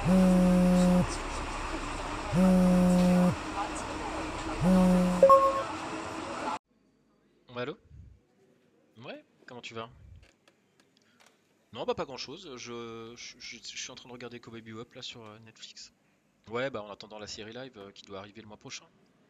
Ouais, allô? Ouais, comment tu vas? Non, bah pas grand-chose. Je suis en train de regarder Cowboy Bebop là sur Netflix. Ouais, bah en attendant la série live qui doit arriver le mois prochain.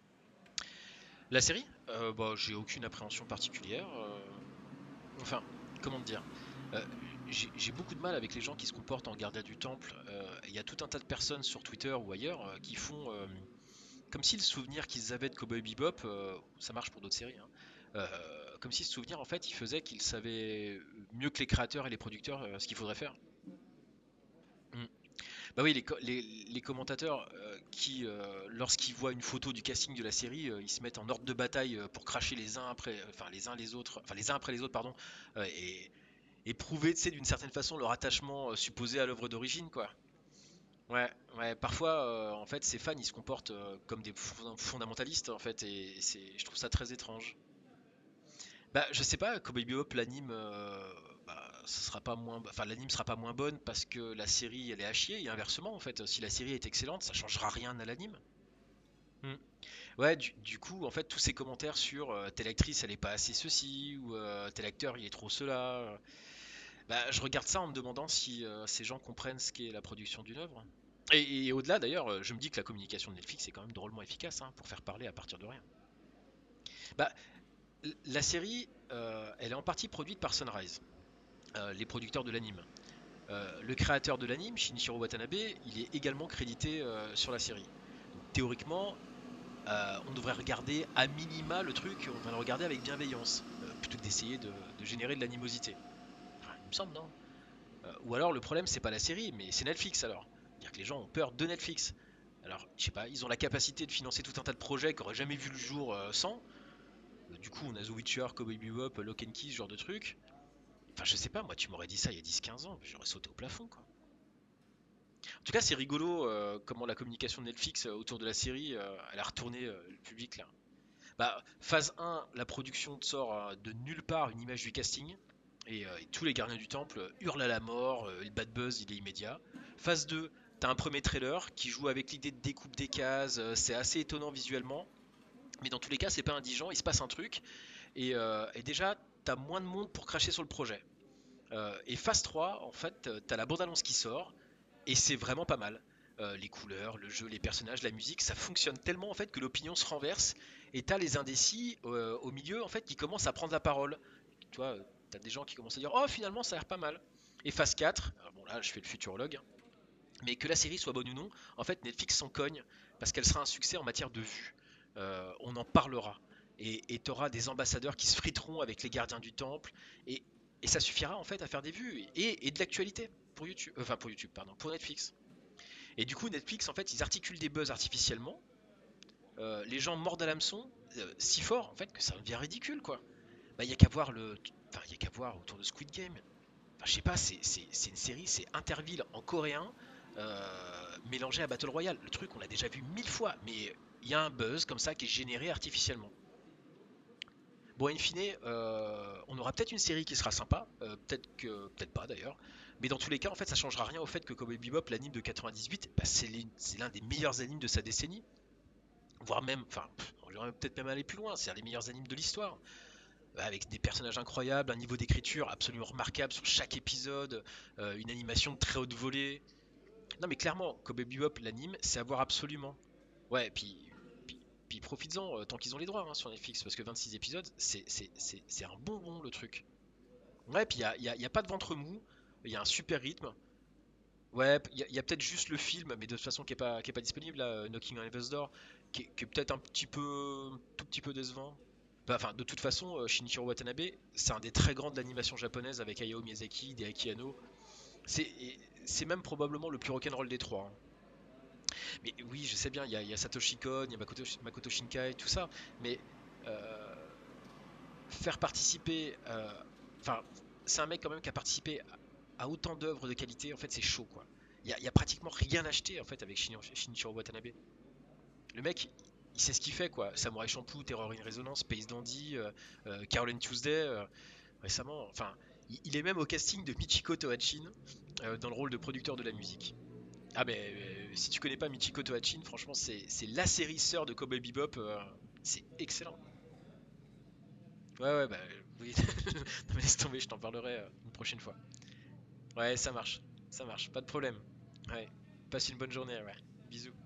La série? Bah j'ai aucune appréhension particulière. Enfin, comment te dire? Euh, j'ai beaucoup de mal avec les gens qui se comportent en gardien du temple. Il y a tout un tas de personnes sur Twitter ou ailleurs qui font comme si le souvenir qu'ils avaient de Cowboy Bebop, ça marche pour d'autres séries, hein, comme si ce souvenir en fait il faisait qu'ils savaient mieux que les créateurs et les producteurs ce qu'il faudrait faire. Mm. Bah oui, les commentateurs qui, lorsqu'ils voient une photo du casting de la série, ils se mettent en ordre de bataille pour cracher les uns après, enfin les uns les autres, enfin les uns après les autres, pardon, et prouver, tu sais, d'une certaine façon leur attachement supposé à l'œuvre d'origine, quoi. Ouais, ouais, parfois, en fait, ces fans, ils se comportent comme des fondamentalistes, en fait, et je trouve ça très étrange. Bah, je sais pas, Cowboy Bebop, l'anime, bah, ce sera pas moins, enfin, l'anime sera pas moins bonne parce que la série, elle est à chier, et inversement, en fait, si la série est excellente, ça changera rien à l'anime. Hmm. Ouais, du coup, en fait, tous ces commentaires sur telle actrice, elle est pas assez ceci, ou tel acteur, il est trop cela, bah, je regarde ça en me demandant si ces gens comprennent ce qu'est la production d'une œuvre. Et au-delà, d'ailleurs, je me dis que la communication de Netflix est quand même drôlement efficace hein, pour faire parler à partir de rien. Bah, la série, elle est en partie produite par Sunrise, les producteurs de l'anime. Le créateur de l'anime, Shinichiro Watanabe, il est également crédité sur la série. Donc théoriquement, on devrait regarder à minima le truc, on devrait le regarder avec bienveillance, plutôt que d'essayer de générer de l'animosité. Enfin, il me semble, non? Ou alors le problème c'est pas la série, mais c'est Netflix alors. C'est-à-dire que les gens ont peur de Netflix. Alors, je sais pas, ils ont la capacité de financer tout un tas de projets qui auraient jamais vu le jour sans. Du coup, on a The Witcher, Cowboy Bebop, Lock and Key, ce genre de trucs. Enfin, je sais pas, moi, tu m'aurais dit ça il y a 10-15 ans, j'aurais sauté au plafond, quoi. En tout cas, c'est rigolo comment la communication de Netflix autour de la série, elle a retourné le public là. Bah, phase 1, la production sort de nulle part une image du casting. Et tous les gardiens du temple hurlent à la mort, le bad buzz il est immédiat. Phase 2, t'as un premier trailer qui joue avec l'idée de découpe des cases, c'est assez étonnant visuellement, mais dans tous les cas c'est pas indigent, il se passe un truc, et déjà t'as moins de monde pour cracher sur le projet. Et phase 3, en fait, t'as la bande-annonce qui sort, et c'est vraiment pas mal. Les couleurs, le jeu, les personnages, la musique, ça fonctionne tellement en fait que l'opinion se renverse, et t'as les indécis au milieu en fait qui commencent à prendre la parole. Tu vois, t'as des gens qui commencent à dire oh finalement ça a l'air pas mal. Et phase 4, alors bon là je fais le futurologue, hein, mais que la série soit bonne ou non, en fait Netflix s'en cogne parce qu'elle sera un succès en matière de vues. On en parlera. Et t'auras des ambassadeurs qui se friteront avec les gardiens du temple. Et, et ça suffira en fait à faire des vues et de l'actualité pour YouTube. Enfin pour YouTube, pardon, pour Netflix. Et du coup Netflix en fait ils articulent des buzz artificiellement. Les gens mordent à l'hameçon si fort en fait que ça devient ridicule quoi. Bah il y a qu'à voir enfin il y a qu'à voir autour de Squid Game. Enfin, je sais pas, c'est une série, c'est Interville en coréen mélangé à Battle Royale. Le truc, on l'a déjà vu 1000 fois, mais il y a un buzz comme ça qui est généré artificiellement. Bon, in fine, on aura peut-être une série qui sera sympa, peut-être pas d'ailleurs, mais dans tous les cas, en fait, ça changera rien au fait que Cowboy Bebop, l'anime de 98, bah, c'est l'un des meilleurs animes de sa décennie, voire même, enfin, on va peut-être même aller plus loin, c'est un des meilleurs animes de l'histoire avec des personnages incroyables, un niveau d'écriture absolument remarquable sur chaque épisode, une animation de très haute volée. Non mais clairement, Cowboy Bebop, l'anime, c'est à voir absolument. Ouais, puis, puis profites-en tant qu'ils ont les droits hein, sur Netflix, parce que 26 épisodes, c'est un bonbon le truc. Ouais, puis y a pas de ventre mou, il y a un super rythme. Ouais, y a peut-être juste le film, mais de toute façon qui est pas disponible là, Knocking on Heaven's Door, qui est peut-être un tout petit peu décevant. Bah, enfin, de toute façon, Shinichiro Watanabe, c'est un des très grands de l'animation japonaise avec Hayao Miyazaki, Hideaki Anno. C'est même probablement le plus rock'n'roll des trois, hein. Mais oui, je sais bien, il y a Satoshi Kon, il y a Makoto Shinkai, tout ça, mais euh, faire participer, enfin, c'est un mec quand même qui a participé à autant d'œuvres de qualité, en fait, c'est chaud, quoi. Il y a pratiquement rien acheté, en fait, avec Shinichiro Watanabe. Le mec, il sait ce qu'il fait, quoi. Samurai Champloo, Terror in Resonance, Space Dandy, Carole Tuesday, récemment. Enfin, il est même au casting de Michiko Tohachin dans le rôle de producteur de la musique. Ah ben, si tu connais pas Michiko to Hatchin, franchement, c'est la série sœur de Cowboy Bebop. C'est excellent. Ouais, ouais, bah oui. Non, mais laisse tomber, je t'en parlerai une prochaine fois. Ouais, ça marche. Ça marche, pas de problème. Ouais. Passe une bonne journée, ouais. Bisous.